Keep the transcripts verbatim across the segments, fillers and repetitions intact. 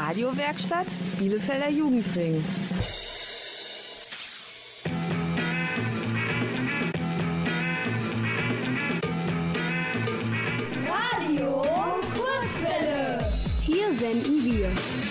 Radiowerkstatt Bielefelder Jugendring. Radio Kurzwelle. Hier senden wir.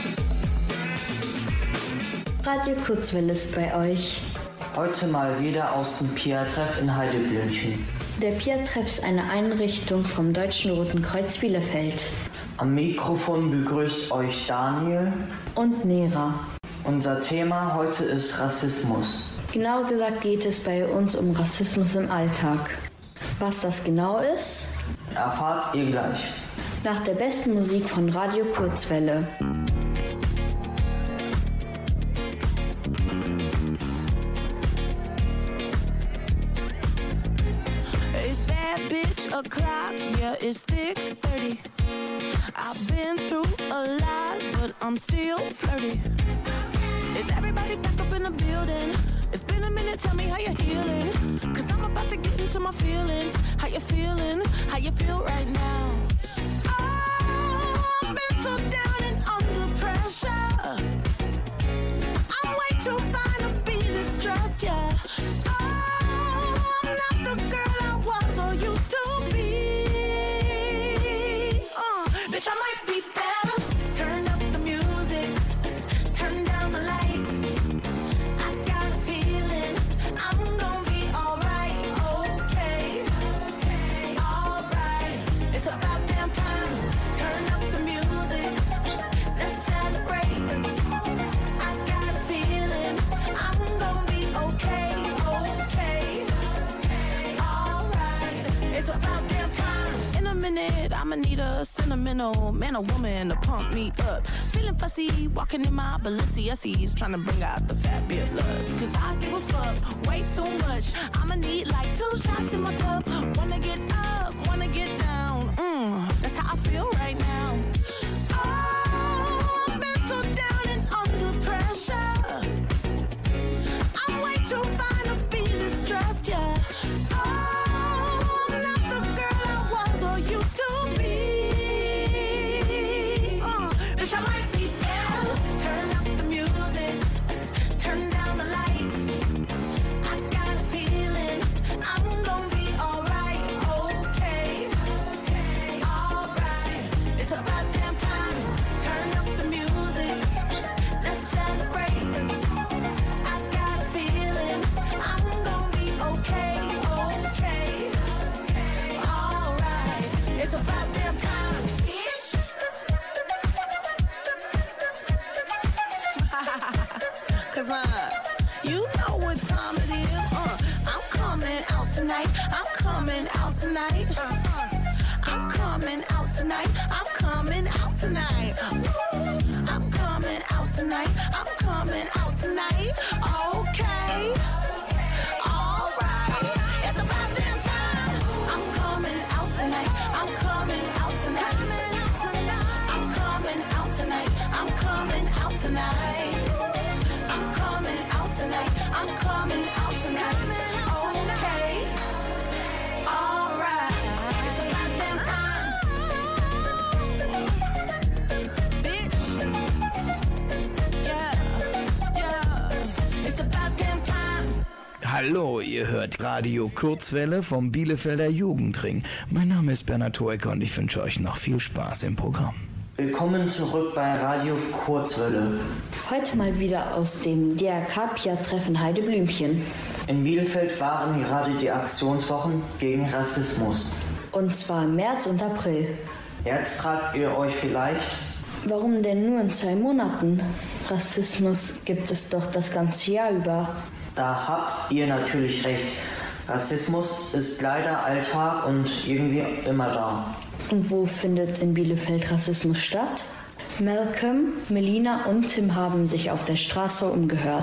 Radio Kurzwelle ist bei euch. Heute mal wieder aus dem Pia-Treff in Heideblümchen. Der Pia-Treff ist eine Einrichtung vom Deutschen Roten Kreuz Bielefeld. Am Mikrofon begrüßt euch Daniel und Nera. Unser Thema heute ist Rassismus. Genau gesagt geht es bei uns um Rassismus im Alltag. Was das genau ist, erfahrt ihr gleich. Nach der besten Musik von Radio Kurzwelle. O'clock, yeah, it's thick thirty. I've been through a lot, but I'm still flirty. Is everybody back up in the building? It's been a minute, tell me how you're healing. Cause I'm about to get into my feelings. How you feeling? How you feel right now? Oh, I've been so down and under pressure. I'm way too fine to be distressed, yeah. Oh, I'm not the girl I was or used to. Bitch, I might be better. Turn up the music, turn down the lights. I got a feeling I'm gonna be alright, okay, alright. It's about damn time. Turn up the music, let's celebrate. I got a feeling I'm gonna be okay, okay, alright. It's about damn time. In a minute, I'ma need a sentimental man or woman to pump me up. Feeling fussy, walking in my Balenciennes, trying to bring out the fabulous. Cause I give a fuck way too much. I'ma need like two shots in my cup. Wanna get up, wanna get down. Mm, that's how I feel right now. Oh, I've been so down and under pressure. I'm way too fine to be distressed, yeah. Oh, I'm not the girl I was or used to be. I might be better. Turn up the music, turn down the lights. I got a feeling I'm gonna be alright, okay, alright. It's about damn time. Turn up the music, let's celebrate. I got a feeling I'm gonna be okay, okay, alright. It's about damn time. Cause uh, you know what time it is. Uh, I'm coming out tonight. I'm coming out tonight. Uh, uh, I'm coming out tonight. I'm coming out tonight. Woo, I'm coming out tonight. I'm coming out tonight. Okay. All right. It's about damn time. I'm coming out tonight. I'm coming out tonight. I'm coming out tonight. I'm coming out tonight. I'm coming out tonight. I'm coming out tonight. Okay. All right. It's about damn time. Bitch. Yeah. Yeah. It's about damn time. Hallo, ihr hört Radio Kurzwelle vom Bielefelder Jugendring. Mein Name ist Bernhard Hoecker und ich wünsche euch noch viel Spaß im Programm. Willkommen zurück bei Radio Kurzwelle. Heute mal wieder aus dem D R K-Pia-Treff in Heideblümchen. In Bielefeld waren gerade die Aktionswochen gegen Rassismus. Und zwar im März und April. Jetzt fragt ihr euch vielleicht, warum denn nur in zwei Monaten? Rassismus gibt es doch das ganze Jahr über. Da habt ihr natürlich recht. Rassismus ist leider Alltag und irgendwie immer da. Und wo findet in Bielefeld Rassismus statt? Malcolm, Melina und Tim haben sich auf der Straße umgehört.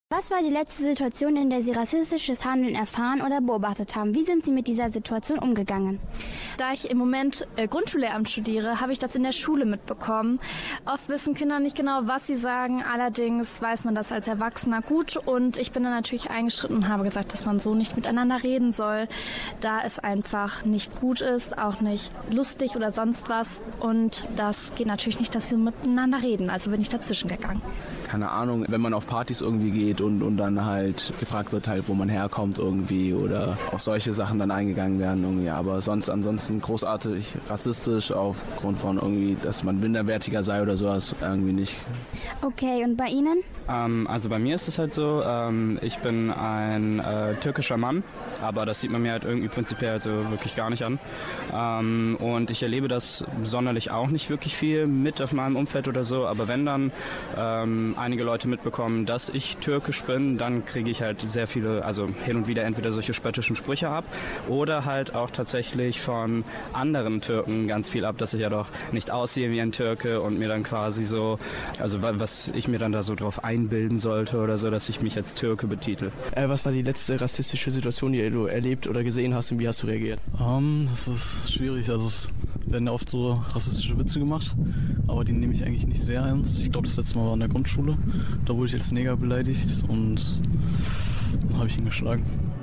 Was war die letzte Situation, in der Sie rassistisches Handeln erfahren oder beobachtet haben? Wie sind Sie mit dieser Situation umgegangen? Da ich im Moment äh, Grundschullehramt studiere, habe ich das in der Schule mitbekommen. Oft wissen Kinder nicht genau, was sie sagen. Allerdings weiß man das als Erwachsener gut. Und ich bin dann natürlich eingeschritten und habe gesagt, dass man so nicht miteinander reden soll, da es einfach nicht gut ist, auch nicht lustig oder sonst was. Und das geht natürlich nicht, dass sie miteinander reden. Also bin ich dazwischen gegangen. Keine Ahnung, wenn man auf Partys irgendwie geht und, und dann halt gefragt wird, halt, wo man herkommt irgendwie oder auch solche Sachen dann eingegangen werden irgendwie. Aber sonst ansonsten großartig rassistisch aufgrund von irgendwie, dass man minderwertiger sei oder sowas, irgendwie nicht. Okay, und bei Ihnen? Ähm, also bei mir ist es halt so, ähm, ich bin ein äh, türkischer Mann, aber das sieht man mir halt irgendwie prinzipiell also wirklich gar nicht an. Ähm, und ich erlebe das sonderlich auch nicht wirklich viel mit auf meinem Umfeld oder so, aber wenn dann ähm, einige Leute mitbekommen, dass ich türkisch bin, dann kriege ich halt sehr viele, also hin und wieder entweder solche spöttischen Sprüche ab oder halt auch tatsächlich von anderen Türken ganz viel ab, dass ich ja doch nicht aussehe wie ein Türke und mir dann quasi so, also was ich mir dann da so drauf einbilden sollte oder so, dass ich mich als Türke betitel. Äh, was war die letzte rassistische Situation, die du erlebt oder gesehen hast und wie hast du reagiert? Um, das ist schwierig, also es werden ja oft so rassistische Witze gemacht, aber die nehme ich eigentlich nicht sehr ernst. Ich glaube, das letzte Mal war in der Grundschule, da wurde ich als Neger beleidigt und dann habe ich ihn geschlagen.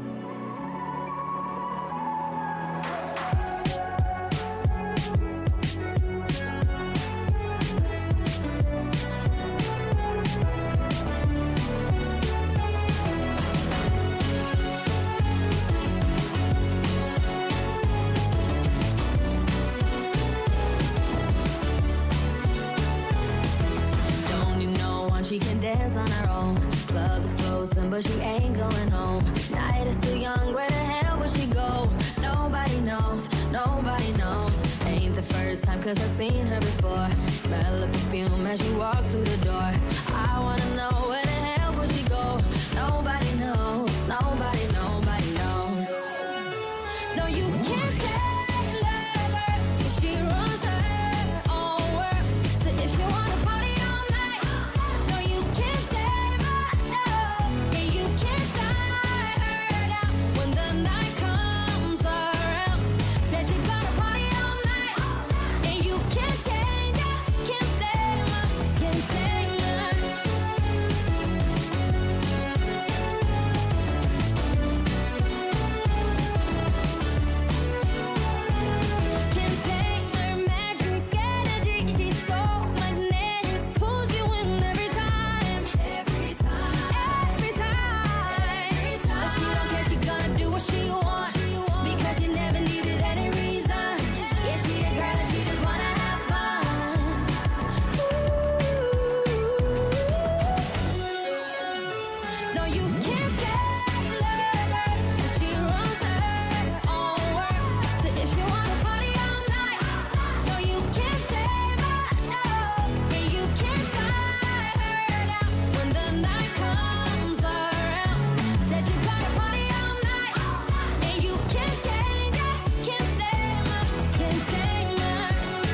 She can dance on her own. Club's closing, but she ain't going home. Night is still young, where the hell will she go? Nobody knows, nobody knows. Ain't the first time, cause I've seen her before. Smell the perfume as she walks through the door. I wanna know, where the hell will she go? Nobody knows, nobody, nobody knows. No, you can't tell her, cause she runs her own world. So if you wanna party all night, no, you can't tame her, no. And you can't tie her down when the night comes around. Said you gonna party all night, and you can't change her, can't tame her, can't tame her. Can't take her magic energy, she's so magnetic, pulls you in every time, every time, every time. No, she don't care, she gonna do what she wants, because she never needed any reason. Yeah, she a girl and she just wanna have fun. No, you can't tell her, cause she runs her own world. So if she wanna party all night, no, you can't tame her, no. And you can't tie her down when the night comes around. Said you gonna party all night, and you can't change her, can't tame her, can't tame her.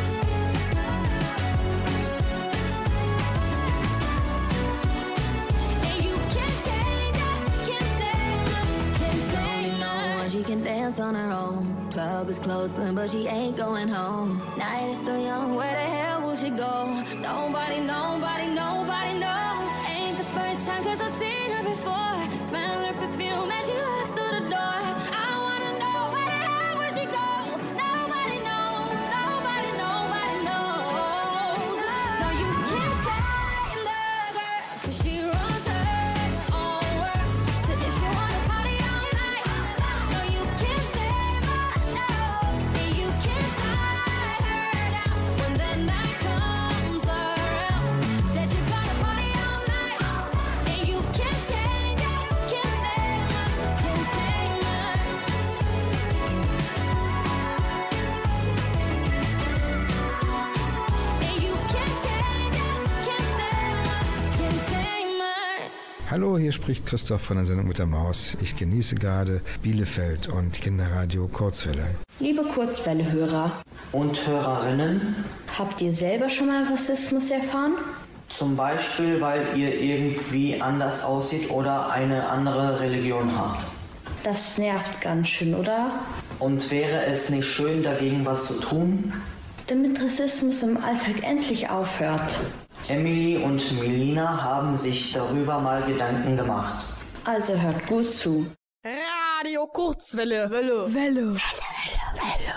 And you can't change her, can't tame her, can't tame her. She can dance on her own. Club is closing, but she ain't going home. Night is still young, where the hell will she go? Nobody, nobody, nobody knows. Ain't the first time, cause I've seen her before. Smell her perfume as she walks through the door. I wanna know, where the hell will she go? Nobody knows, nobody, nobody knows. No, you can't tame the girl, cause she runs her own world. So if she wanna party all night, no, you can't tame her, no. And you can't tie her down when the night comes around. Said you gonna party all night, and you can't change her, can't tame her, can't tame her. And you can't change her, can't tame her, can't tame her. Hallo, hier spricht Christoph von der Sendung mit der Maus. Ich genieße gerade Bielefeld und Kinderradio Kurzwelle. Liebe Kurzwelle-Hörer Und Hörerinnen? Habt ihr selber schon mal Rassismus erfahren? Zum Beispiel, weil ihr irgendwie anders aussieht oder eine andere Religion habt. Das nervt ganz schön, oder? Und wäre es nicht schön, dagegen was zu tun? Damit Rassismus im Alltag endlich aufhört. Emily und Melina haben sich darüber mal Gedanken gemacht. Also hört gut zu. Radio Kurzwelle. Welle. Welle. Welle. Welle. Welle.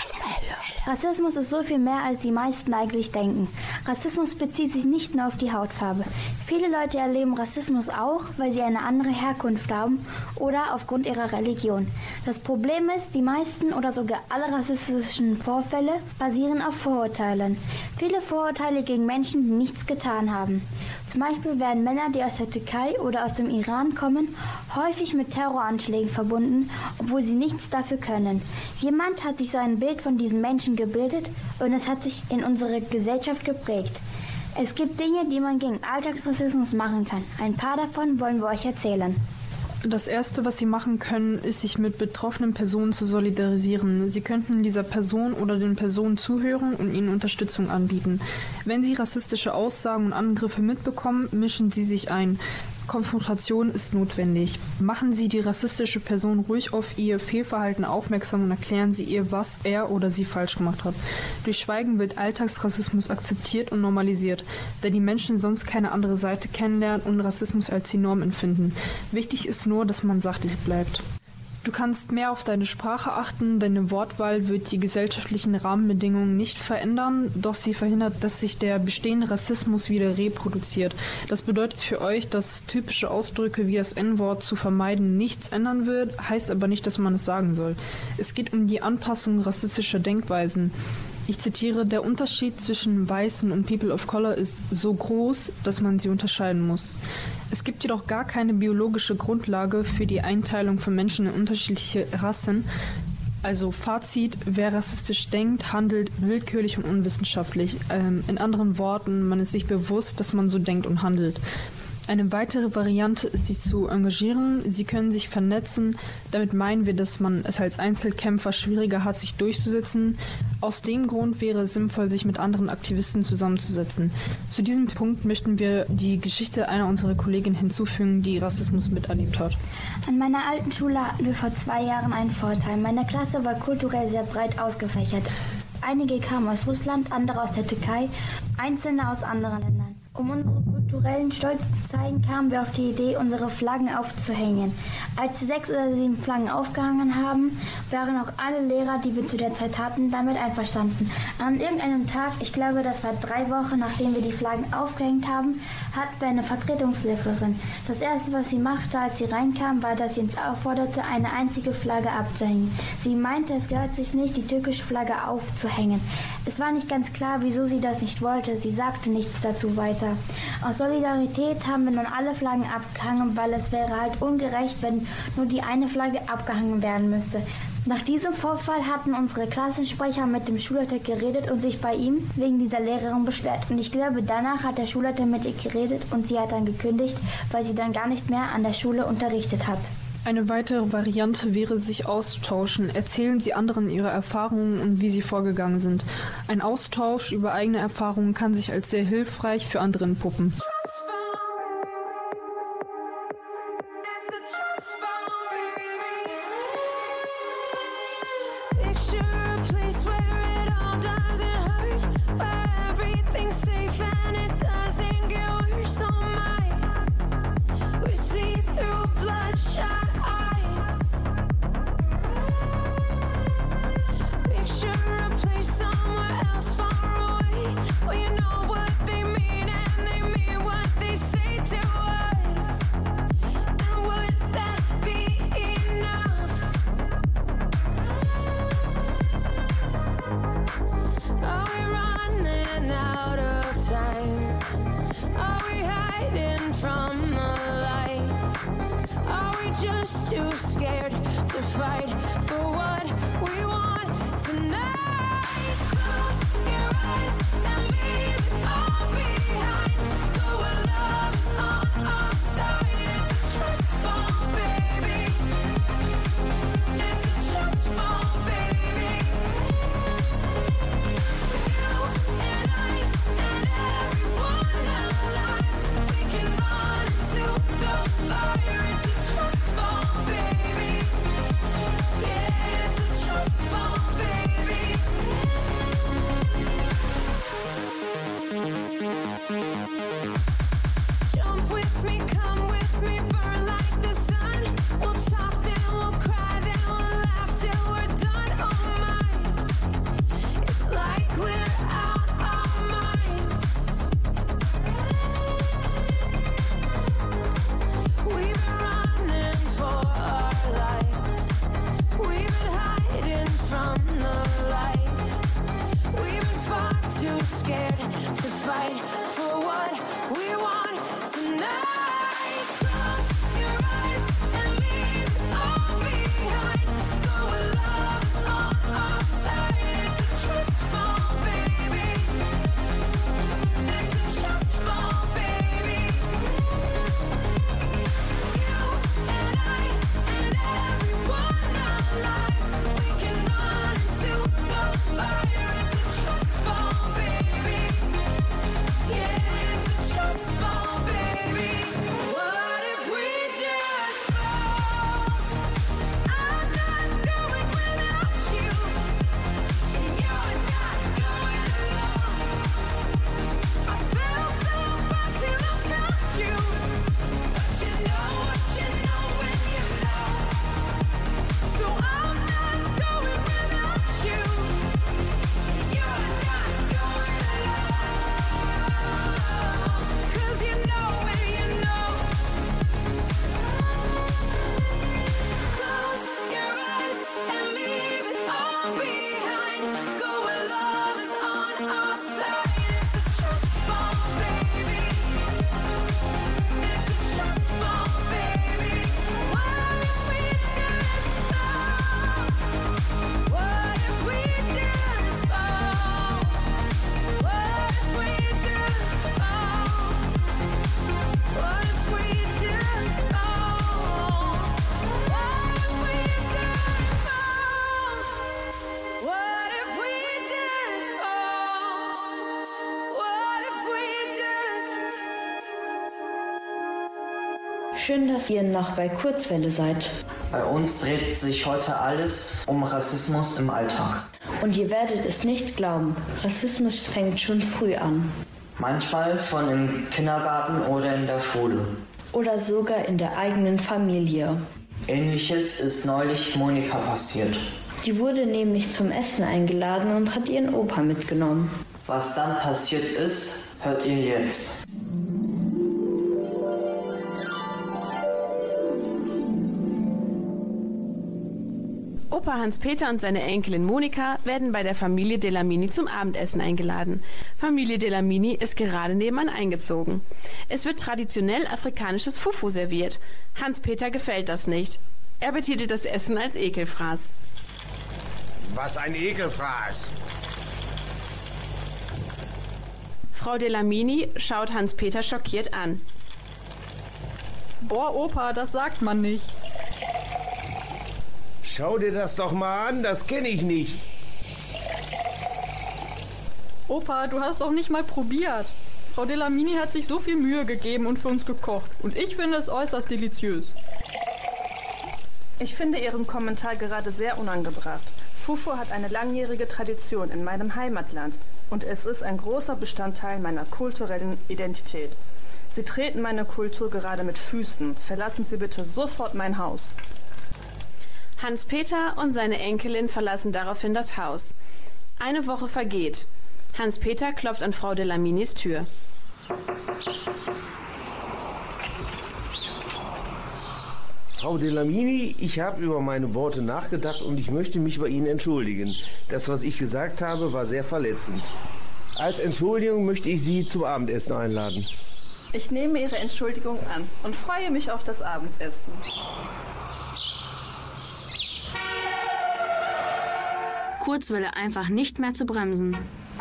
Rassismus ist so viel mehr, als die meisten eigentlich denken. Rassismus bezieht sich nicht nur auf die Hautfarbe. Viele Leute erleben Rassismus auch, weil sie eine andere Herkunft haben oder aufgrund ihrer Religion. Das Problem ist, die meisten oder sogar alle rassistischen Vorfälle basieren auf Vorurteilen. Viele Vorurteile gegen Menschen, die nichts getan haben. Zum Beispiel werden Männer, die aus der Türkei oder aus dem Iran kommen, häufig mit Terroranschlägen verbunden, obwohl sie nichts dafür können. Jemand hat sich so ein Bild von diesen Menschen gebildet und es hat sich in unsere Gesellschaft geprägt. Es gibt Dinge, die man gegen Alltagsrassismus machen kann. Ein paar davon wollen wir euch erzählen. Das Erste, was Sie machen können, ist, sich mit betroffenen Personen zu solidarisieren. Sie könnten dieser Person oder den Personen zuhören und ihnen Unterstützung anbieten. Wenn Sie rassistische Aussagen und Angriffe mitbekommen, mischen Sie sich ein. Konfrontation ist notwendig. Machen Sie die rassistische Person ruhig auf ihr Fehlverhalten aufmerksam und erklären Sie ihr, was er oder sie falsch gemacht hat. Durch Schweigen wird Alltagsrassismus akzeptiert und normalisiert, da die Menschen sonst keine andere Seite kennenlernen und Rassismus als die Norm empfinden. Wichtig ist nur, dass man sachlich bleibt. Du kannst mehr auf deine Sprache achten, deine Wortwahl wird die gesellschaftlichen Rahmenbedingungen nicht verändern, doch sie verhindert, dass sich der bestehende Rassismus wieder reproduziert. Das bedeutet für euch, dass typische Ausdrücke wie das En-Wort zu vermeiden nichts ändern wird, heißt aber nicht, dass man es sagen soll. Es geht um die Anpassung rassistischer Denkweisen. Ich zitiere, der Unterschied zwischen Weißen und People of Color ist so groß, dass man sie unterscheiden muss. Es gibt jedoch gar keine biologische Grundlage für die Einteilung von Menschen in unterschiedliche Rassen. Also Fazit, wer rassistisch denkt, handelt willkürlich und unwissenschaftlich. Ähm, in anderen Worten, man ist sich bewusst, dass man so denkt und handelt. Eine weitere Variante ist, sich zu engagieren. Sie können sich vernetzen. Damit meinen wir, dass man es als Einzelkämpfer schwieriger hat, sich durchzusetzen. Aus dem Grund wäre es sinnvoll, sich mit anderen Aktivisten zusammenzusetzen. Zu diesem Punkt möchten wir die Geschichte einer unserer Kolleginnen hinzufügen, die Rassismus miterlebt hat. An meiner alten Schule hatten wir vor zwei Jahren einen Vorteil. Meine Klasse war kulturell sehr breit ausgefächert. Einige kamen aus Russland, andere aus der Türkei, einzelne aus anderen Ländern. Um unseren kulturellen Stolz zu zeigen, kamen wir auf die Idee, unsere Flaggen aufzuhängen. Als wir sechs oder sieben Flaggen aufgehangen haben, waren auch alle Lehrer, die wir zu der Zeit hatten, damit einverstanden. An irgendeinem Tag, ich glaube, das war drei Wochen, nachdem wir die Flaggen aufgehängt haben, hatten wir eine Vertretungslehrerin. Das Erste, was sie machte, als sie reinkam, war, dass sie uns aufforderte, eine einzige Flagge abzuhängen. Sie meinte, es gehört sich nicht, die türkische Flagge aufzuhängen. Es war nicht ganz klar, wieso sie das nicht wollte. Sie sagte nichts dazu weiter. Aus Solidarität haben wir dann alle Flaggen abgehangen, weil es wäre halt ungerecht, wenn nur die eine Flagge abgehangen werden müsste. Nach diesem Vorfall hatten unsere Klassensprecher mit dem Schulleiter geredet und sich bei ihm wegen dieser Lehrerin beschwert. Und ich glaube, danach hat der Schulleiter mit ihr geredet und sie hat dann gekündigt, weil sie dann gar nicht mehr an der Schule unterrichtet hat. Eine weitere Variante wäre, sich auszutauschen. Erzählen Sie anderen Ihre Erfahrungen und wie Sie vorgegangen sind. Ein Austausch über eigene Erfahrungen kann sich als sehr hilfreich für andere entpuppen. Just too scared to fight for what we want tonight. Close your eyes and leave it all behind. Know our love is on our side. It's a trust fall, baby. It's a trust fall, baby. You and I and everyone alive. scared to fight for what we want tonight. Close your eyes and leave it all behind. Go where love is on our side. It's a trust fall, baby. It's a trust fall, baby. You and I and everyone alive, we can run into the fire. It's a trust fall, baby. Yeah, it's a trust fall, baby. What if we just fall? I'm not going without you, and you're not going alone. I felt so far till I found you, but you know what you know when you know. So I'm not going without you, and you're not going alone. 'Cause you know when you know. Close your eyes and leave it all behind. Go where love is on our side. It's a trust fall, baby. It's a trust fall, baby. What if we just fall? What if we just fall? What if we just fall? What if we just fall? What if we just fall? What if we just fall? What if we just Schön, dass ihr noch bei Kurzwelle seid. Bei uns dreht sich heute alles um Rassismus im Alltag. Und ihr werdet es nicht glauben, Rassismus fängt schon früh an. Manchmal schon im Kindergarten oder in der Schule. Oder sogar in der eigenen Familie. Ähnliches ist neulich Monika passiert. Die wurde nämlich zum Essen eingeladen und hat ihren Opa mitgenommen. Was dann passiert ist, hört ihr jetzt. Opa Hans-Peter und seine Enkelin Monika werden bei der Familie Delamini zum Abendessen eingeladen. Familie Delamini ist gerade nebenan eingezogen. Es wird traditionell afrikanisches Fufu serviert. Hans-Peter gefällt das nicht. Er betitelt das Essen als Ekelfraß. Was ein Ekelfraß! Frau Delamini schaut Hans-Peter schockiert an. Boah, Opa, das sagt man nicht. Schau dir das doch mal an, das kenne ich nicht. Opa, du hast doch nicht mal probiert. Frau Delamini hat sich so viel Mühe gegeben und für uns gekocht. Und ich finde es äußerst deliziös. Ich finde Ihren Kommentar gerade sehr unangebracht. Fufu hat eine langjährige Tradition in meinem Heimatland und es ist ein großer Bestandteil meiner kulturellen Identität. Sie treten meine Kultur gerade mit Füßen. Verlassen Sie bitte sofort mein Haus. Hans-Peter und seine Enkelin verlassen daraufhin das Haus. Eine Woche vergeht. Hans-Peter klopft an Frau Delaminis Tür. Frau Delamini, ich habe über meine Worte nachgedacht und ich möchte mich bei Ihnen entschuldigen. Das, was ich gesagt habe, war sehr verletzend. Als Entschuldigung möchte ich Sie zum Abendessen einladen. Ich nehme Ihre Entschuldigung an und freue mich auf das Abendessen. Kurzwelle einfach nicht mehr zu bremsen.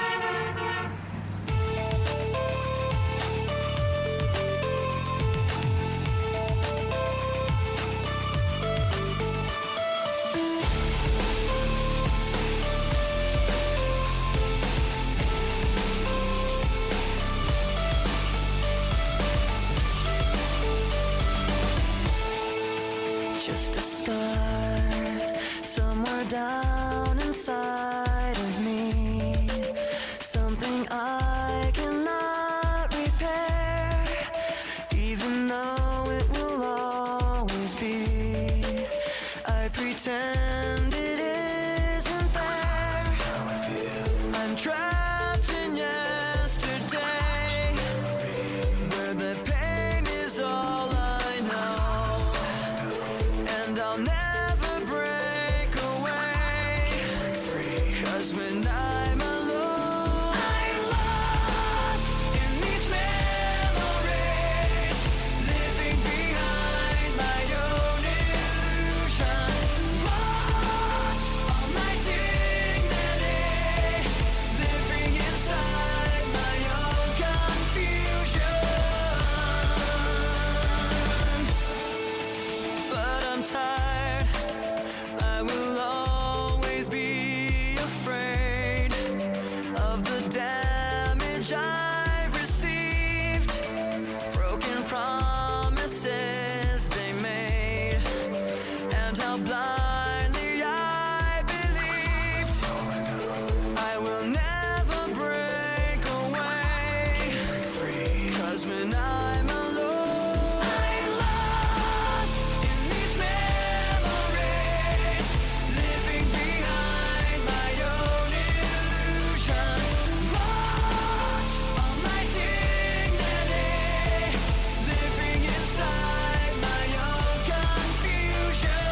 Just a scar somewhere down inside of me, something I cannot repair, even though it will always be. I pretend it isn't there. I'm trapped in yesterday, where the pain is all I know, and I'll never break away. blindly I believed I will never break away. Cause when I'm alone, I'm lost in these memories, living behind my own illusion. Lost all my dignity, living inside my own confusion.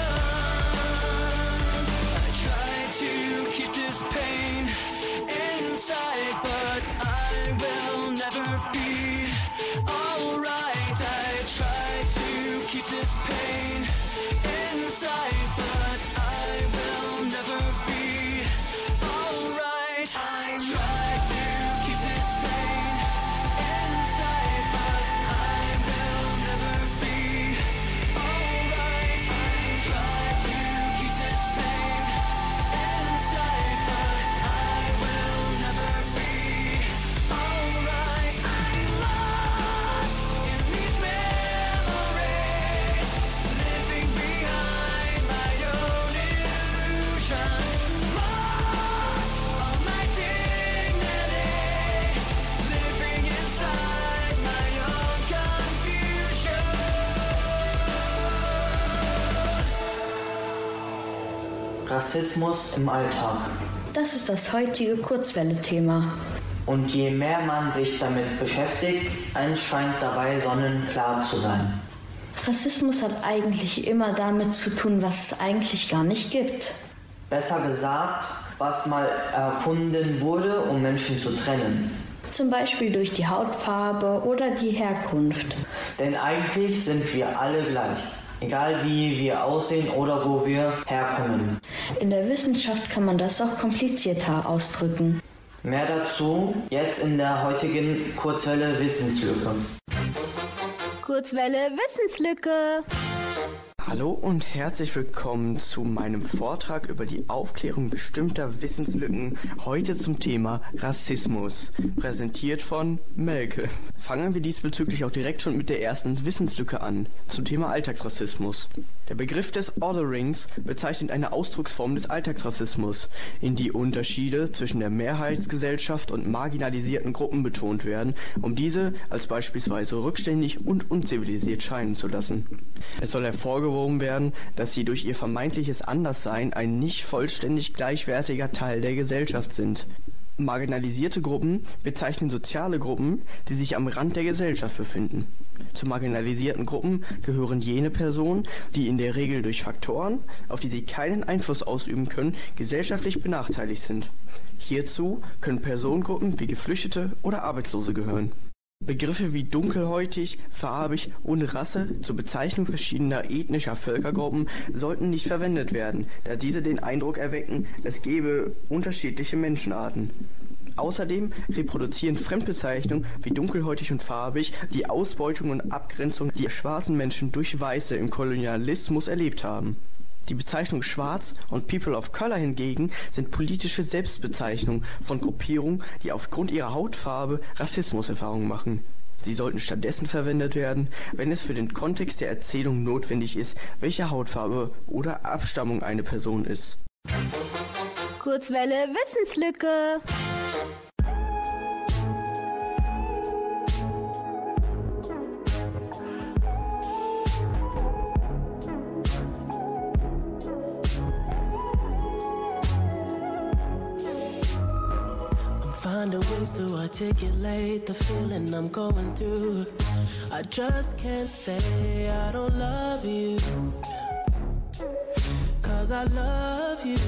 I try to keep this pain inside, but I will never be alright. I try to keep this pain inside, but I will never be alright. I try to keep this pain inside, but I will never be alright. I try to keep this pain inside, but I will never be alright. I'm lost in these memories, living behind my own illusion. Lost all my dignity, living inside my own confusion. Rassismus im Alltag. Das ist das heutige Kurzwelle-Thema. Und je mehr man sich damit beschäftigt, eins scheint dabei sonnenklar zu sein. Rassismus hat eigentlich immer damit zu tun, was es eigentlich gar nicht gibt. Besser gesagt, was mal erfunden wurde, um Menschen zu trennen. Zum Beispiel durch die Hautfarbe oder die Herkunft. Denn eigentlich sind wir alle gleich. Egal wie wir aussehen oder wo wir herkommen. In der Wissenschaft kann man das auch komplizierter ausdrücken. Mehr dazu jetzt in der heutigen Kurzwelle Wissenslücke. Kurzwelle Wissenslücke. Hallo und herzlich willkommen zu meinem Vortrag über die Aufklärung bestimmter Wissenslücken, heute zum Thema Rassismus, präsentiert von Melke. Fangen wir diesbezüglich auch direkt schon mit der ersten Wissenslücke an, zum Thema Alltagsrassismus. Der Begriff des Otherings bezeichnet eine Ausdrucksform des Alltagsrassismus, in die Unterschiede zwischen der Mehrheitsgesellschaft und marginalisierten Gruppen betont werden, um diese als beispielsweise rückständig und unzivilisiert scheinen zu lassen. Es soll hervorgehoben werden, dass sie durch ihr vermeintliches Anderssein ein nicht vollständig gleichwertiger Teil der Gesellschaft sind. Marginalisierte Gruppen bezeichnen soziale Gruppen, die sich am Rand der Gesellschaft befinden. Zu marginalisierten Gruppen gehören jene Personen, die in der Regel durch Faktoren, auf die sie keinen Einfluss ausüben können, gesellschaftlich benachteiligt sind. Hierzu können Personengruppen wie Geflüchtete oder Arbeitslose gehören. Begriffe wie dunkelhäutig, farbig und Rasse zur Bezeichnung verschiedener ethnischer Völkergruppen sollten nicht verwendet werden, da diese den Eindruck erwecken, es gebe unterschiedliche Menschenarten. Außerdem reproduzieren Fremdbezeichnungen wie dunkelhäutig und farbig die Ausbeutung und Abgrenzung, die schwarzen Menschen durch Weiße im Kolonialismus erlebt haben. Die Bezeichnung Schwarz und People of Color hingegen sind politische Selbstbezeichnungen von Gruppierungen, die aufgrund ihrer Hautfarbe Rassismuserfahrungen machen. Sie sollten stattdessen verwendet werden, wenn es für den Kontext der Erzählung notwendig ist, welche Hautfarbe oder Abstammung eine Person ist. Kurzwelle Wissenslücke. Finding ways to articulate the feeling I'm going through. I just can't say I don't love you, 'cause I love you.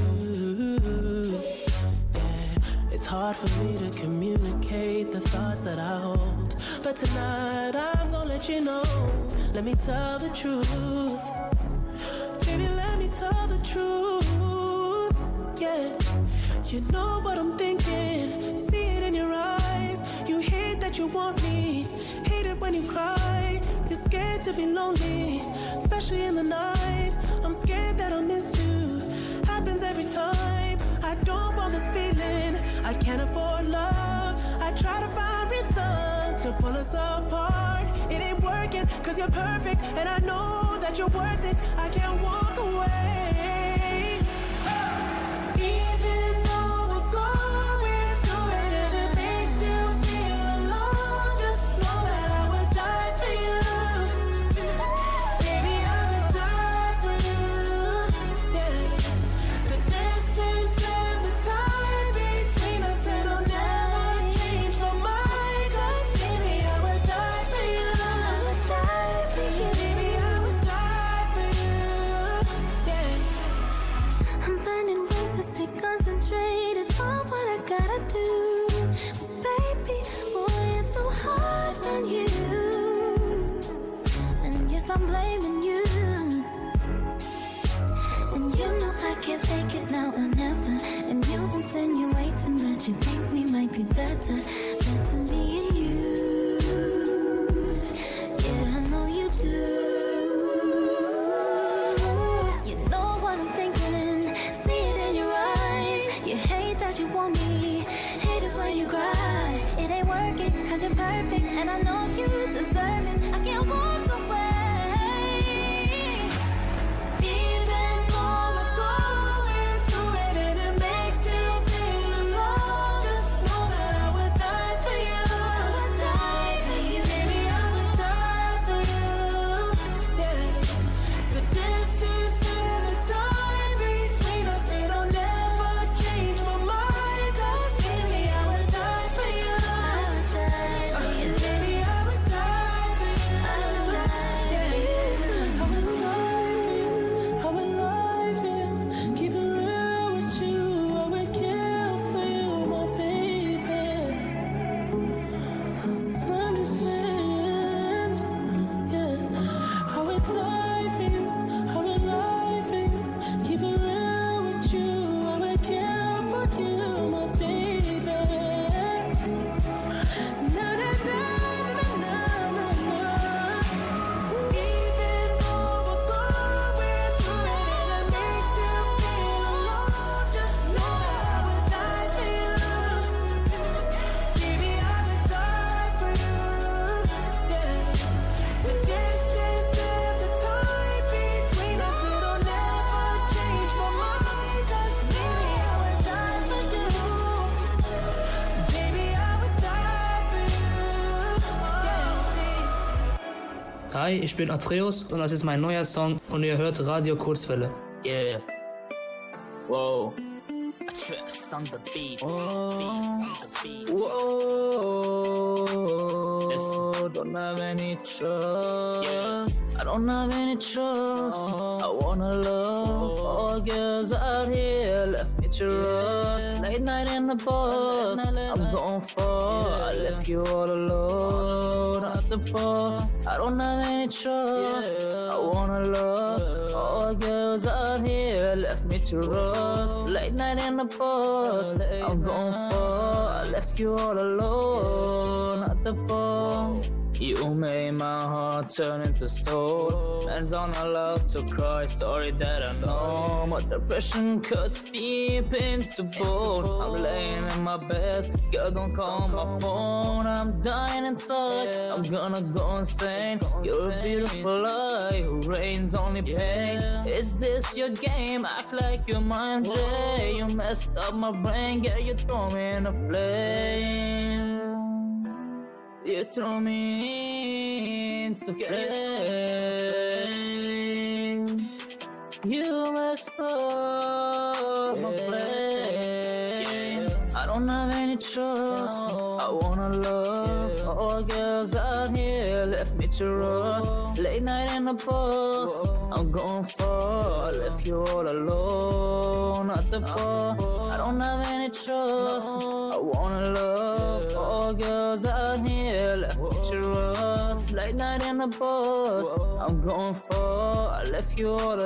Yeah, it's hard for me to communicate the thoughts that I hold, but tonight I'm gonna let you know. Let me tell the truth. Baby, let me tell the truth. Yeah, you know what I'm thinking. See it in your eyes. You hate that you want me. Hate it when you cry. You're scared to be lonely, especially in the night. I'm scared that I'll miss you. Happens every time. I don't want this feeling. I can't afford love. I try to find reason to pull us apart. It ain't working, cause you're perfect, and I know that you're worth it. I can't walk away. Even though we're going through it and it makes you feel alone, just know that I would die for you. Baby, I would die for you. Yeah. The distance and the time between us, it'll never change my mind. Cause baby, I would die for you. I would die for you. Baby, I would die for you. Yeah. I'm finding ways to stay concentrated on what I gotta do. Baby, boy, it's so hard on you. And yes, I'm blaming you. And you know I can't fake it now or never. And you insinuating that you think we might be better. Better me and you. Yeah, I know you do. You know what I'm thinking. See it in your eyes. You hate that you want me. Hate it when you cry. It ain't working cause you're perfect. And I know you deserve it. I can't walk away. Even though we're going through it and it makes you feel alone, just know that I would die for you. I would die for you. Baby, I would die for you. Yeah. The distance and the time between us, it'll never change my mind. Cause baby, I would die for you. I would die for you. Baby, I would die for you. I would die for you. I would die for you. I would lie for you. Keep it real with you. I would kill for you, my baby. I'm just saying, yeah. I would die for you. I would lie for you. Keep it real with you. I would kill for you, my baby. Na na na na na na na. Even though we're going through it and it makes you feel alone, just know that I would die for you. Baby, I would die for you. Yeah. The distance and the time between us, it'll never change my mind. Cause baby, I would die for you. Baby, I would die for you. Yeah. Hi, ich bin Atreus und das ist mein neuer Song und ihr hört Radio Kurzwelle. Yeah. Whoa. I trust on the beat. Oh. Whoa. Don't have any trust. Yes. I don't have any trust. I wanna love all girls out here. Left me to rust. Late night in the bus. I'm going far. I left you all alone at the bar. I don't have any trust. I wanna love all girls out here. Left me to rust. Late night in the bus. I'm going far. I left you all alone at the bar. You made my heart turn into stone. Hands on, I love to cry. Sorry that I know, but depression cuts deep into bone. I'm laying in my bed, girl, don't call my phone. I'm dying inside, I'm gonna go insane. You're a beautiful lie who rains only pain. Is this your game? Act like you're my M J. You messed up my brain, yeah, you throw me in a flame. You throw me into flame. You messed up my brain. I don't have any trust. I wanna love all girls out here. Left me to rust. Late night in the bus. I'm going far. I left you all alone at the bar. I don't have any trust. I wanna love all girls out here. Left me to rust. Late night in the bus. I'm going far. I left you all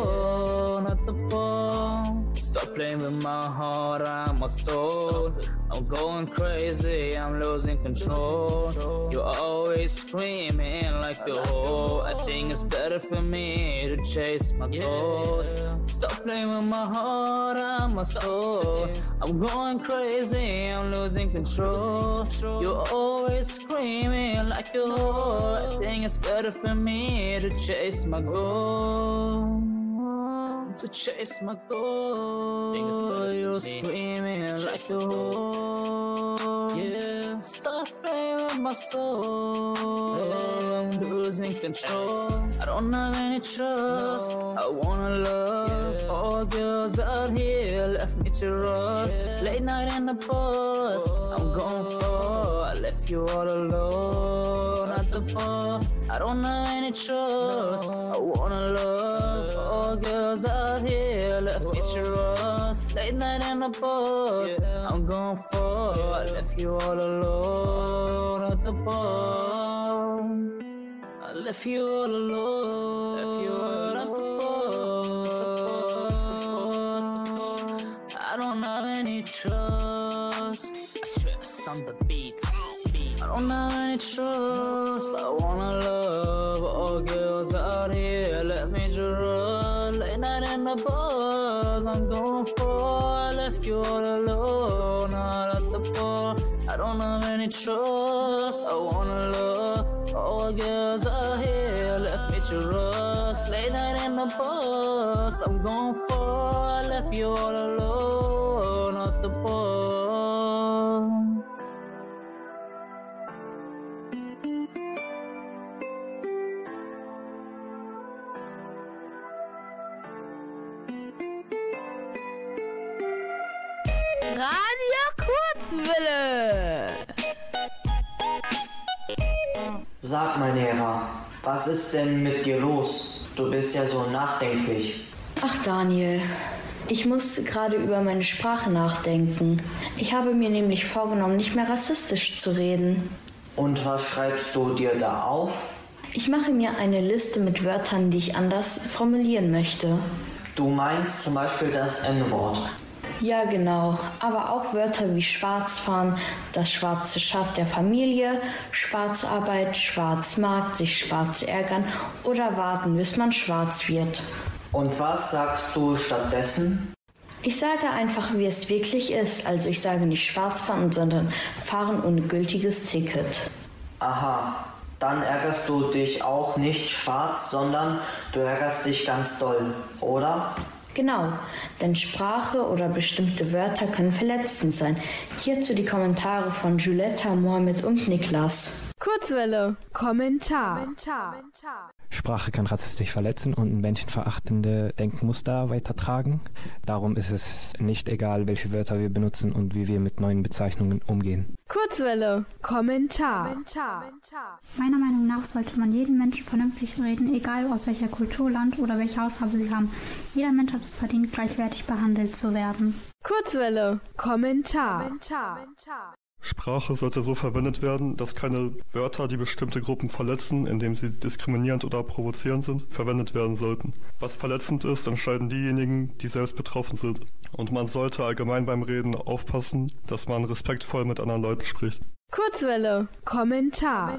alone at the bar. Stop playing with my heart and my soul. I'm going crazy, I'm losing control. You're always screaming like a hoe. I think it's better for me to chase my goal. Stop playing with my heart and my soul. I'm going crazy, I'm losing control. You're always screaming like a hoe. I think it's better for me to chase my goal. To chase my goal. You're screaming like a hoe. Yeah, stop playing with my soul. I'm losing control. I don't have any trust. I wanna love. All girls out here left me to rust. Late night in the bus, I'm going for. I left you all alone at the bar. I don't have any trust. I wanna love. All girls out here left me to rust. Late night in the bus, I'm going for. I left you all alone at the bar. I left you all alone. Left you all at the bar. I don't have any trust. I trust on the beat. I don't have any trust. I wanna love. All girls out here left me to rust. Late night in the bus, I'm going for. I left you all alone out at the bar. I don't have any trust. I wanna love. All girls out here left me to rust. Late night in the bus, I'm going for. I left you all alone at the bar. Radio Kurzwelle. Sag mal, Nera, was ist denn mit dir los? Du bist ja so nachdenklich. Ach Daniel, ich muss gerade über meine Sprache nachdenken. Ich habe mir nämlich vorgenommen, nicht mehr rassistisch zu reden. Und was schreibst du dir da auf? Ich mache mir eine Liste mit Wörtern, die ich anders formulieren möchte. Du meinst zum Beispiel das En-Wort? Ja, genau. Aber auch Wörter wie Schwarzfahren, das schwarze Schaf der Familie, Schwarzarbeit, Schwarzmarkt, sich schwarz ärgern oder warten, bis man schwarz wird. Und was sagst du stattdessen? Ich sage einfach, wie es wirklich ist. Also ich sage nicht Schwarzfahren, sondern fahren ohne gültiges Ticket. Aha. Dann ärgerst du dich auch nicht schwarz, sondern du ärgerst dich ganz doll, oder? Genau, denn Sprache oder bestimmte Wörter können verletzend sein. Hierzu die Kommentare von Julietta, Mohammed und Niklas. Kurzwelle. Kommentar. Sprache kann rassistisch verletzen und menschenverachtende Denkmuster weitertragen. Darum ist es nicht egal, welche Wörter wir benutzen und wie wir mit neuen Bezeichnungen umgehen. Kurzwelle. Kommentar. Meiner Meinung nach sollte man jeden Menschen vernünftig reden, egal aus welcher Kultur, Land oder welche Hautfarbe sie haben. Jeder Mensch hat es verdient, gleichwertig behandelt zu werden. Kurzwelle. Kommentar. Sprache sollte so verwendet werden, dass keine Wörter, die bestimmte Gruppen verletzen, indem sie diskriminierend oder provozierend sind, verwendet werden sollten. Was verletzend ist, entscheiden diejenigen, die selbst betroffen sind. Und man sollte allgemein beim Reden aufpassen, dass man respektvoll mit anderen Leuten spricht. Kurzwelle. Kommentar.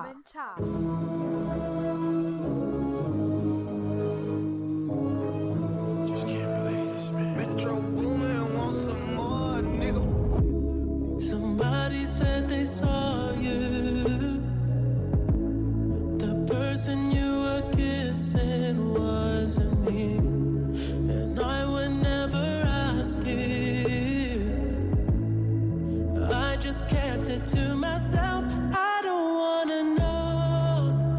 Somebody said they saw you. The person you were kissing wasn't me, and I would never ask you. I just kept it to myself. I don't wanna know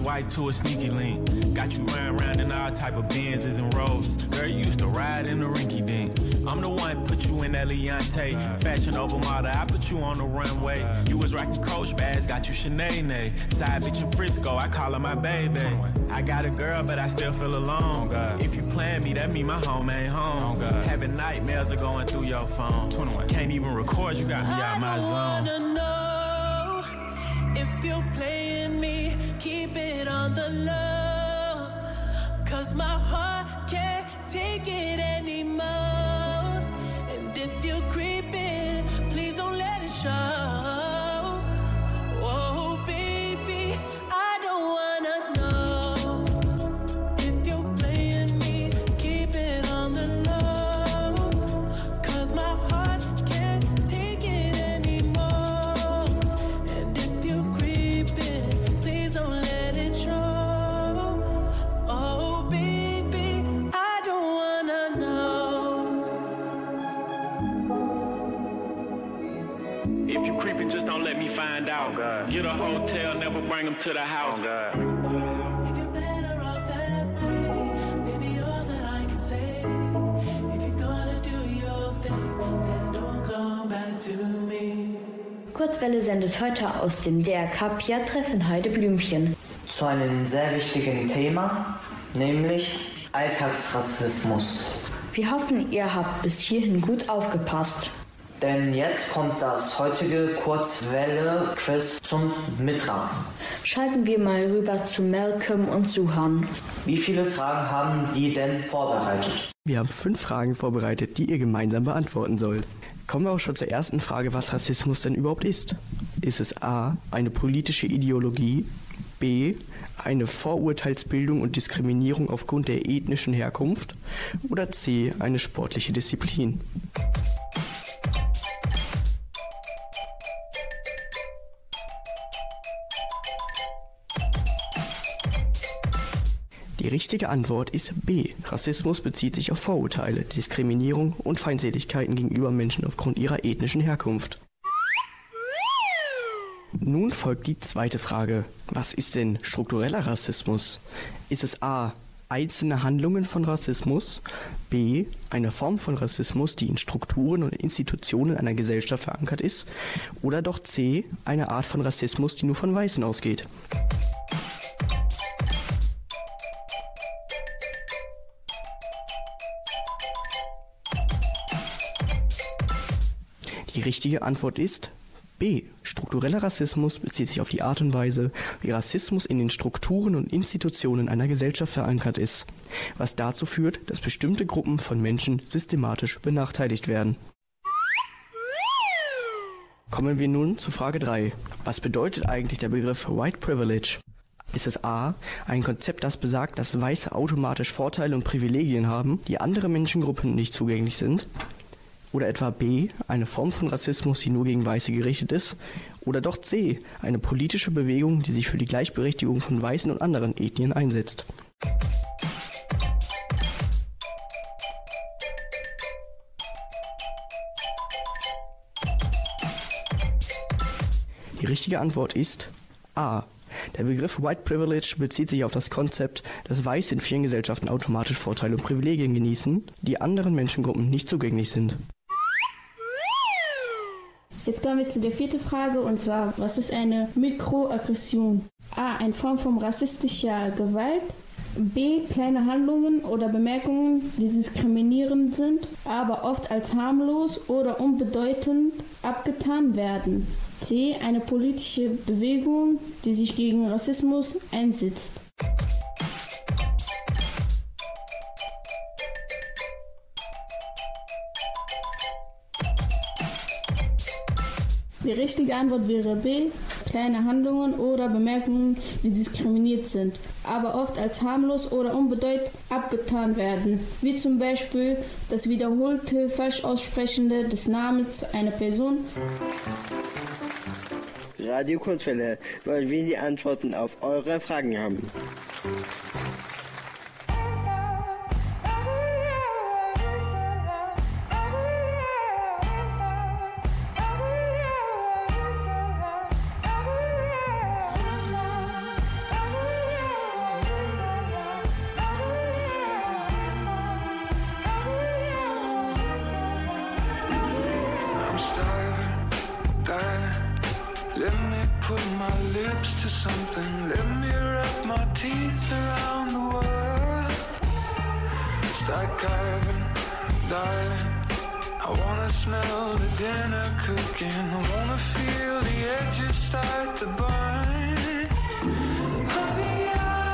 white to a sneaky link. Got you round round in all type of Benzes and Rolls. Girl, you used to ride in the rinky dink. I'm the one put you in that Leontay. Fashion over model, I put you on the runway. You was rocking Coach bags, got you Sinead. Side bitch in Frisco, I call her my baby. I got a girl, but I still feel alone. If you plan me, that mean my home ain't home. Having nightmares are going through your phone. Can't even record, you got me out my zone. I don't wanna know if you're playing me, keep it on the low. Cause my heart can't take it anymore. And if you're creeping, please don't let it show. Get a hotel, never bring them to the house. Oh God. If you're better off that way, maybe all that I can say. If you're gonna do your thing, then don't come back to me. Kurzwelle sendet heute aus dem D R K Pia-Treff Heide Blümchen. Zu einem sehr wichtigen Thema, nämlich Alltagsrassismus. Wir hoffen, ihr habt bis hierhin gut aufgepasst. Denn jetzt kommt das heutige Kurzwelle-Quiz zum Mitraten. Schalten wir mal rüber zu Malcolm und Suhan. Wie viele Fragen haben die denn vorbereitet? Wir haben fünf Fragen vorbereitet, die ihr gemeinsam beantworten sollt. Kommen wir auch schon zur ersten Frage, was Rassismus denn überhaupt ist. Ist es A, eine politische Ideologie, B, eine Vorurteilsbildung und Diskriminierung aufgrund der ethnischen Herkunft oder C, eine sportliche Disziplin? Die richtige Antwort ist B. Rassismus bezieht sich auf Vorurteile, Diskriminierung und Feindseligkeiten gegenüber Menschen aufgrund ihrer ethnischen Herkunft. Nun folgt die zweite Frage. Was ist denn struktureller Rassismus? Ist es A. einzelne Handlungen von Rassismus, B. eine Form von Rassismus, die in Strukturen und Institutionen einer Gesellschaft verankert ist, oder doch C. eine Art von Rassismus, die nur von Weißen ausgeht? Die richtige Antwort ist B. Struktureller Rassismus bezieht sich auf die Art und Weise, wie Rassismus in den Strukturen und Institutionen einer Gesellschaft verankert ist, was dazu führt, dass bestimmte Gruppen von Menschen systematisch benachteiligt werden. Kommen wir nun zu Frage drei. Was bedeutet eigentlich der Begriff White Privilege? Ist es A. ein Konzept, das besagt, dass Weiße automatisch Vorteile und Privilegien haben, die andere Menschengruppen nicht zugänglich sind? Oder etwa B, eine Form von Rassismus, die nur gegen Weiße gerichtet ist? Oder doch C, eine politische Bewegung, die sich für die Gleichberechtigung von Weißen und anderen Ethnien einsetzt? Die richtige Antwort ist A. Der Begriff White Privilege bezieht sich auf das Konzept, dass Weiße in vielen Gesellschaften automatisch Vorteile und Privilegien genießen, die anderen Menschengruppen nicht zugänglich sind. Jetzt kommen wir zu der vierten Frage, und zwar, was ist eine Mikroaggression? A. Eine Form von rassistischer Gewalt. B. Kleine Handlungen oder Bemerkungen, die diskriminierend sind, aber oft als harmlos oder unbedeutend abgetan werden. C. Eine politische Bewegung, die sich gegen Rassismus einsetzt. Die richtige Antwort wäre B. Kleine Handlungen oder Bemerkungen, die diskriminiert sind, aber oft als harmlos oder unbedeutend abgetan werden, wie zum Beispiel das wiederholte Falschaussprechende des Namens einer Person. Radio Kurzwelle, weil wir die Antworten auf eure Fragen haben. put my lips to something. Let me wrap my teeth around the world. Start carving, darling. I wanna smell the dinner cooking. I wanna feel the edges start to burn. Honey,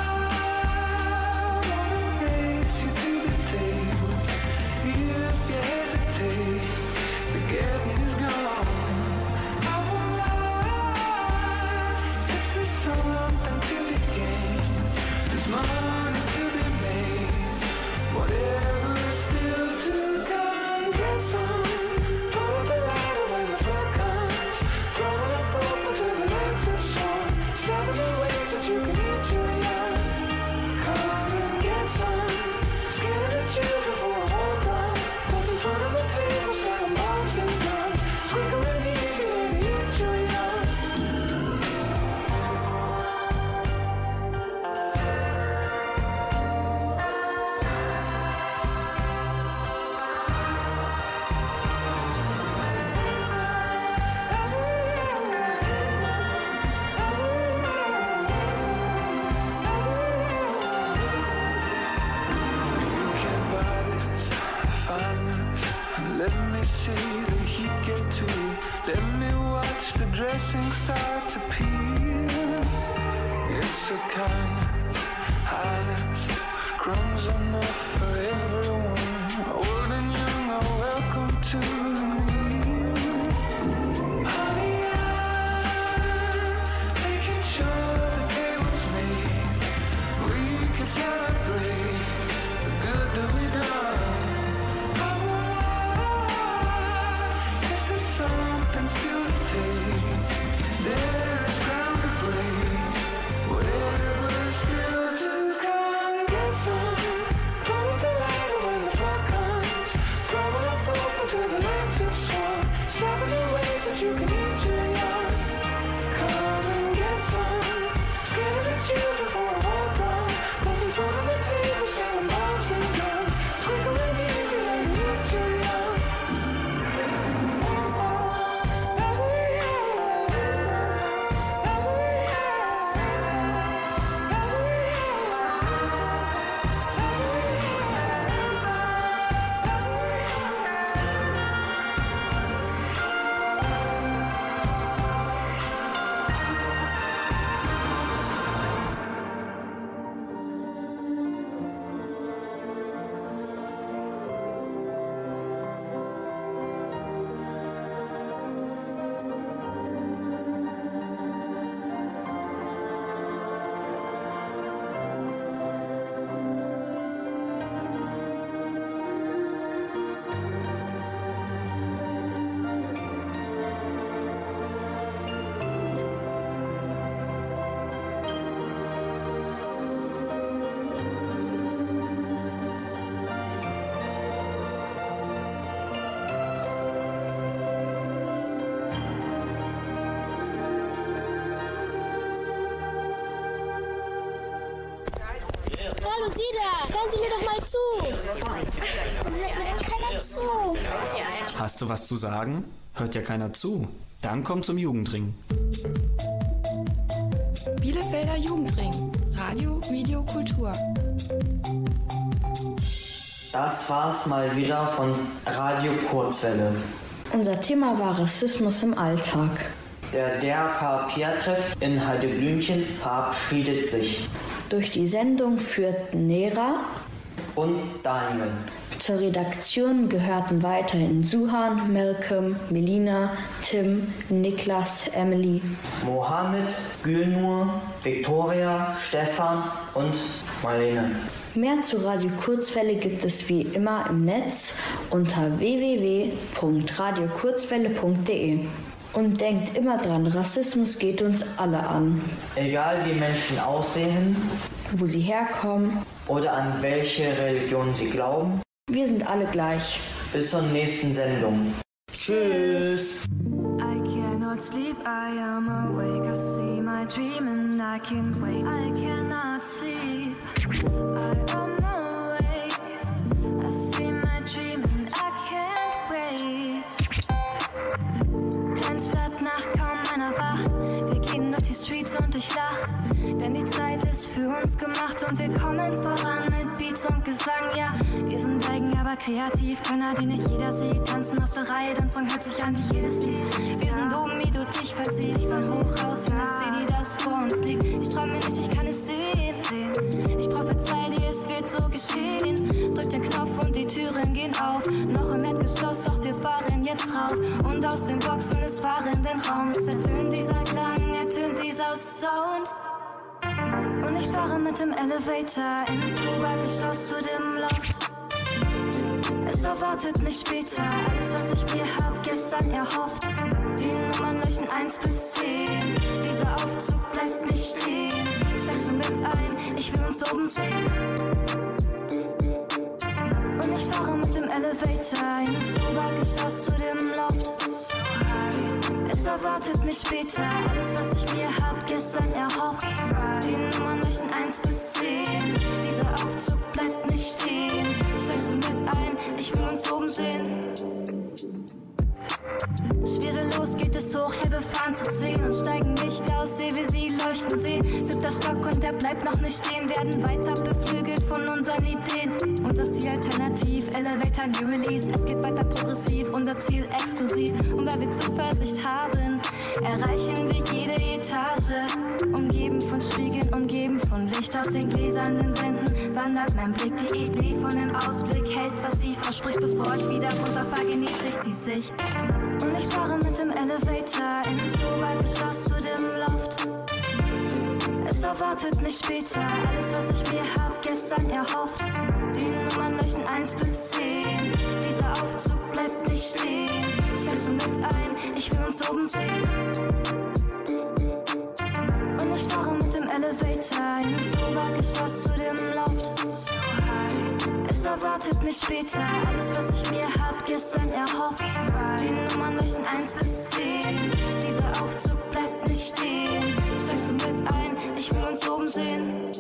I wanna race you to the table. If you hesitate, the getting is gone. I will lie if there's something to be gained. There's money to be made. Whatever's still to come, get some. Put the light when the fur comes. Throw the football to the legs of swan. Seven ways that you can eat your young. Come and get some. Scared of the children for a whole gun. Put in front of the table, selling bombs and guns. It's quicker and easier to eat your young. Let me see the heat get to you. Let me watch the dressing start to peel. It's a kindness, highness, crumbs enough for everyone. Old and young are welcome to the meal. Honey, I'm making sure the table's made. We can celebrate the good that we done. Something still to take. There's ground to break. Whatever's still to come, get some. Put up the light when the fog comes. Throw the football to the legs of swan. Seven ways that you can eat your young. Come and get some. Scared of the children for a whole drum. Put in front of the table, selling bombs and guns. It's quicker and easier to eat your young. Hallo Sie da, hören Sie mir doch mal zu. Warum hört mir denn keiner zu? Hast du was zu sagen? Hört ja keiner zu. Dann komm zum Jugendring. Bielefelder Jugendring. Radio, Video, Kultur. Das war's mal wieder von Radio Kurzwelle. Unser Thema war Rassismus im Alltag. Der D R K Peer-Treff in Heideblümchen verabschiedet sich. Durch die Sendung führten Nera und Daniel. Zur Redaktion gehörten weiterhin Suhan, Malcolm, Melina, Tim, Niklas, Emily, Mohammed, Gülnur, Viktoria, Stefan und Marlene. Mehr zu Radio Kurzwelle gibt es wie immer im Netz unter w w w punkt radio kurzwelle punkt d e. Und denkt immer dran, Rassismus geht uns alle an. Egal wie Menschen aussehen, wo sie herkommen oder an welche Religion sie glauben, wir sind alle gleich. Bis zur nächsten Sendung. Tschüss. I cannot sleep, I am awake. I see my dream and I can't wait. I cannot sleep, I am awake. I see my dream and I can't wait. Kleinstadt, Nacht, kaum einer wach. Wir gehen voran mit Beats und Gesang, ja. Wir sind eigen, aber kreativ, Könner, die nicht jeder sieht. Tanzen aus der Reihe, dein Song hört sich an wie jedes Lied. Wir sind oben, wie du dich versiehst, von hoch raus in das Ziel, die das vor uns liegt. Ich träume nicht, ich kann es sehen. Ich prophezei dir, es wird so geschehen. Drück den Knopf und die Türen gehen auf. Noch im Erdgeschoss, doch wir fahren jetzt rauf. Und aus den Boxen des fahrenden Raums ertönt dieser Klang, ertönt dieser Sound. Und ich fahre mit dem Elevator ins Obergeschoss zu dem Loft. Es erwartet mich später alles, was ich mir hab gestern erhofft. Die Nummern leuchten eins bis zehn. Dieser Aufzug bleibt nicht stehen. Steigst du mit ein, ich will uns oben sehen. Und ich fahre mit dem Elevator ins Obergeschoss zu dem Loft. Es erwartet mich später alles, was ich mir hab gestern erhofft. Die Nummern leuchten eins bis zehn. Dieser Aufzug bleibt nicht stehen. Steigst du mit ein, ich will uns oben sehen. Schwerelos geht es hoch, ja wir fahren zu zehn und steigen nicht aus, sehe wir sie leuchten sehen. Siebter Stock und der bleibt noch nicht stehen, werden weiter beflügelt von unseren Ideen. Und das Ziel alternativ, Elevator New Release. Es geht weiter progressiv, unser Ziel exklusiv. Und weil wir Zuversicht haben, erreichen wir jede Etage. Umgeben von Spiegeln, umgeben von Licht aus den gläsernen Wänden. Wandert mein Blick, die Idee von dem Ausblick hält, was sie verspricht. Bevor ich wieder runterfahre, genieße ich die Sicht. Und ich fahre mit dem Elevator ins Obergeschoss zu dem Loft. Es erwartet mich später alles, was ich mir hab gestern erhofft. Die Nummern leuchten eins bis zehn. Dieser Aufzug bleibt nicht stehen. Steigst du mit ein, ich will uns oben sehen. Und ich fahre mit dem Elevator ins Obergeschoss zu dem Loft. Es erwartet mich später alles, was ich mir hab gestern erhofft. Die Nummern leuchten eins bis zehn. Dieser Aufzug bleibt nicht stehen. Steigst du mit ein, ich will uns oben sehen.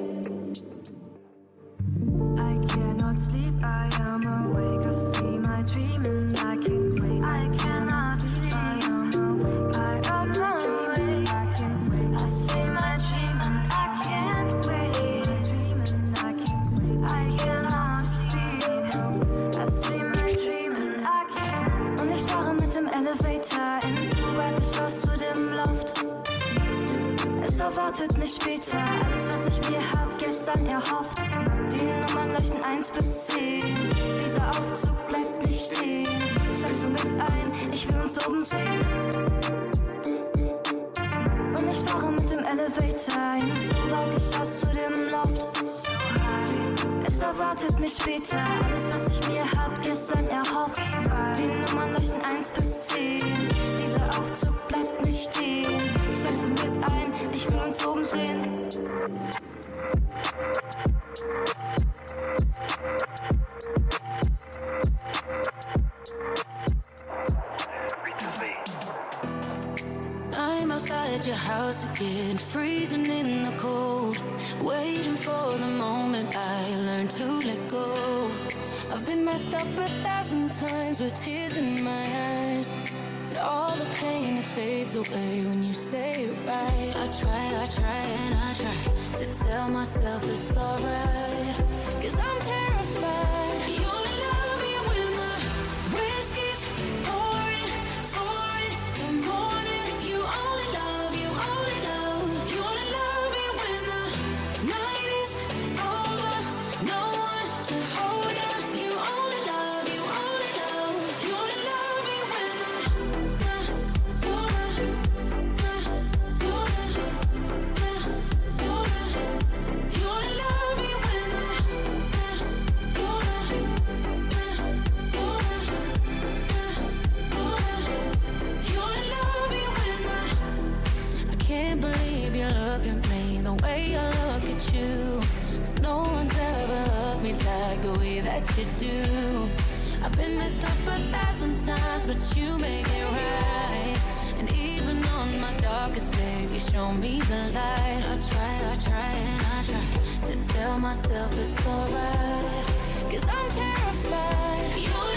I cannot sleep, I am awake. I see my dream and I can't wait. I cannot sleep, I am awake. I am awake. I can't wait. I see my dream and I can't wait. Dream and I can't wait. I cannot sleep. I see my dream and I can't. Und ich fahre mit dem Elevator ins Obergeschoss zu dem Loft. Es erwartet mich später alles, was ich mir hab gestern erhofft. Die Nummern leuchten eins bis zehn. Dieser Aufzug bleibt nicht stehen. Steigst du mit ein, ich will uns oben sehen. Und ich fahre mit dem Elevator ins Obergeschoss zu dem Loft. Es erwartet mich später alles, was ich mir hab gestern erhofft. Die Nummern leuchten eins bis zehn. Dieser Aufzug bleibt nicht stehen. Steigst du mit ein, ich will uns oben sehen. I'm outside your house again, freezing in the cold, waiting for the moment I learn to let go. I've been messed up a thousand times with tears in my eyes, but all the pain, it fades away when you say it right. I try, I try and I try to tell myself it's alright, 'cause I'm terrified. You only love me when the whiskey's pouring, pouring the morning. You only love, you only love, you only love me when the night is over. No one to hold you. You only love, you only love, you only love me when the you you you you only love me when the you you you only love me when the I can't believe you look at me the way I look at you, 'cause no one's ever loved me like the way that you do. I've been messed up a thousand times, but you make it right. And even on my darkest days, you show me the light. I try, I try and I try to tell myself it's alright, 'cause I'm terrified. You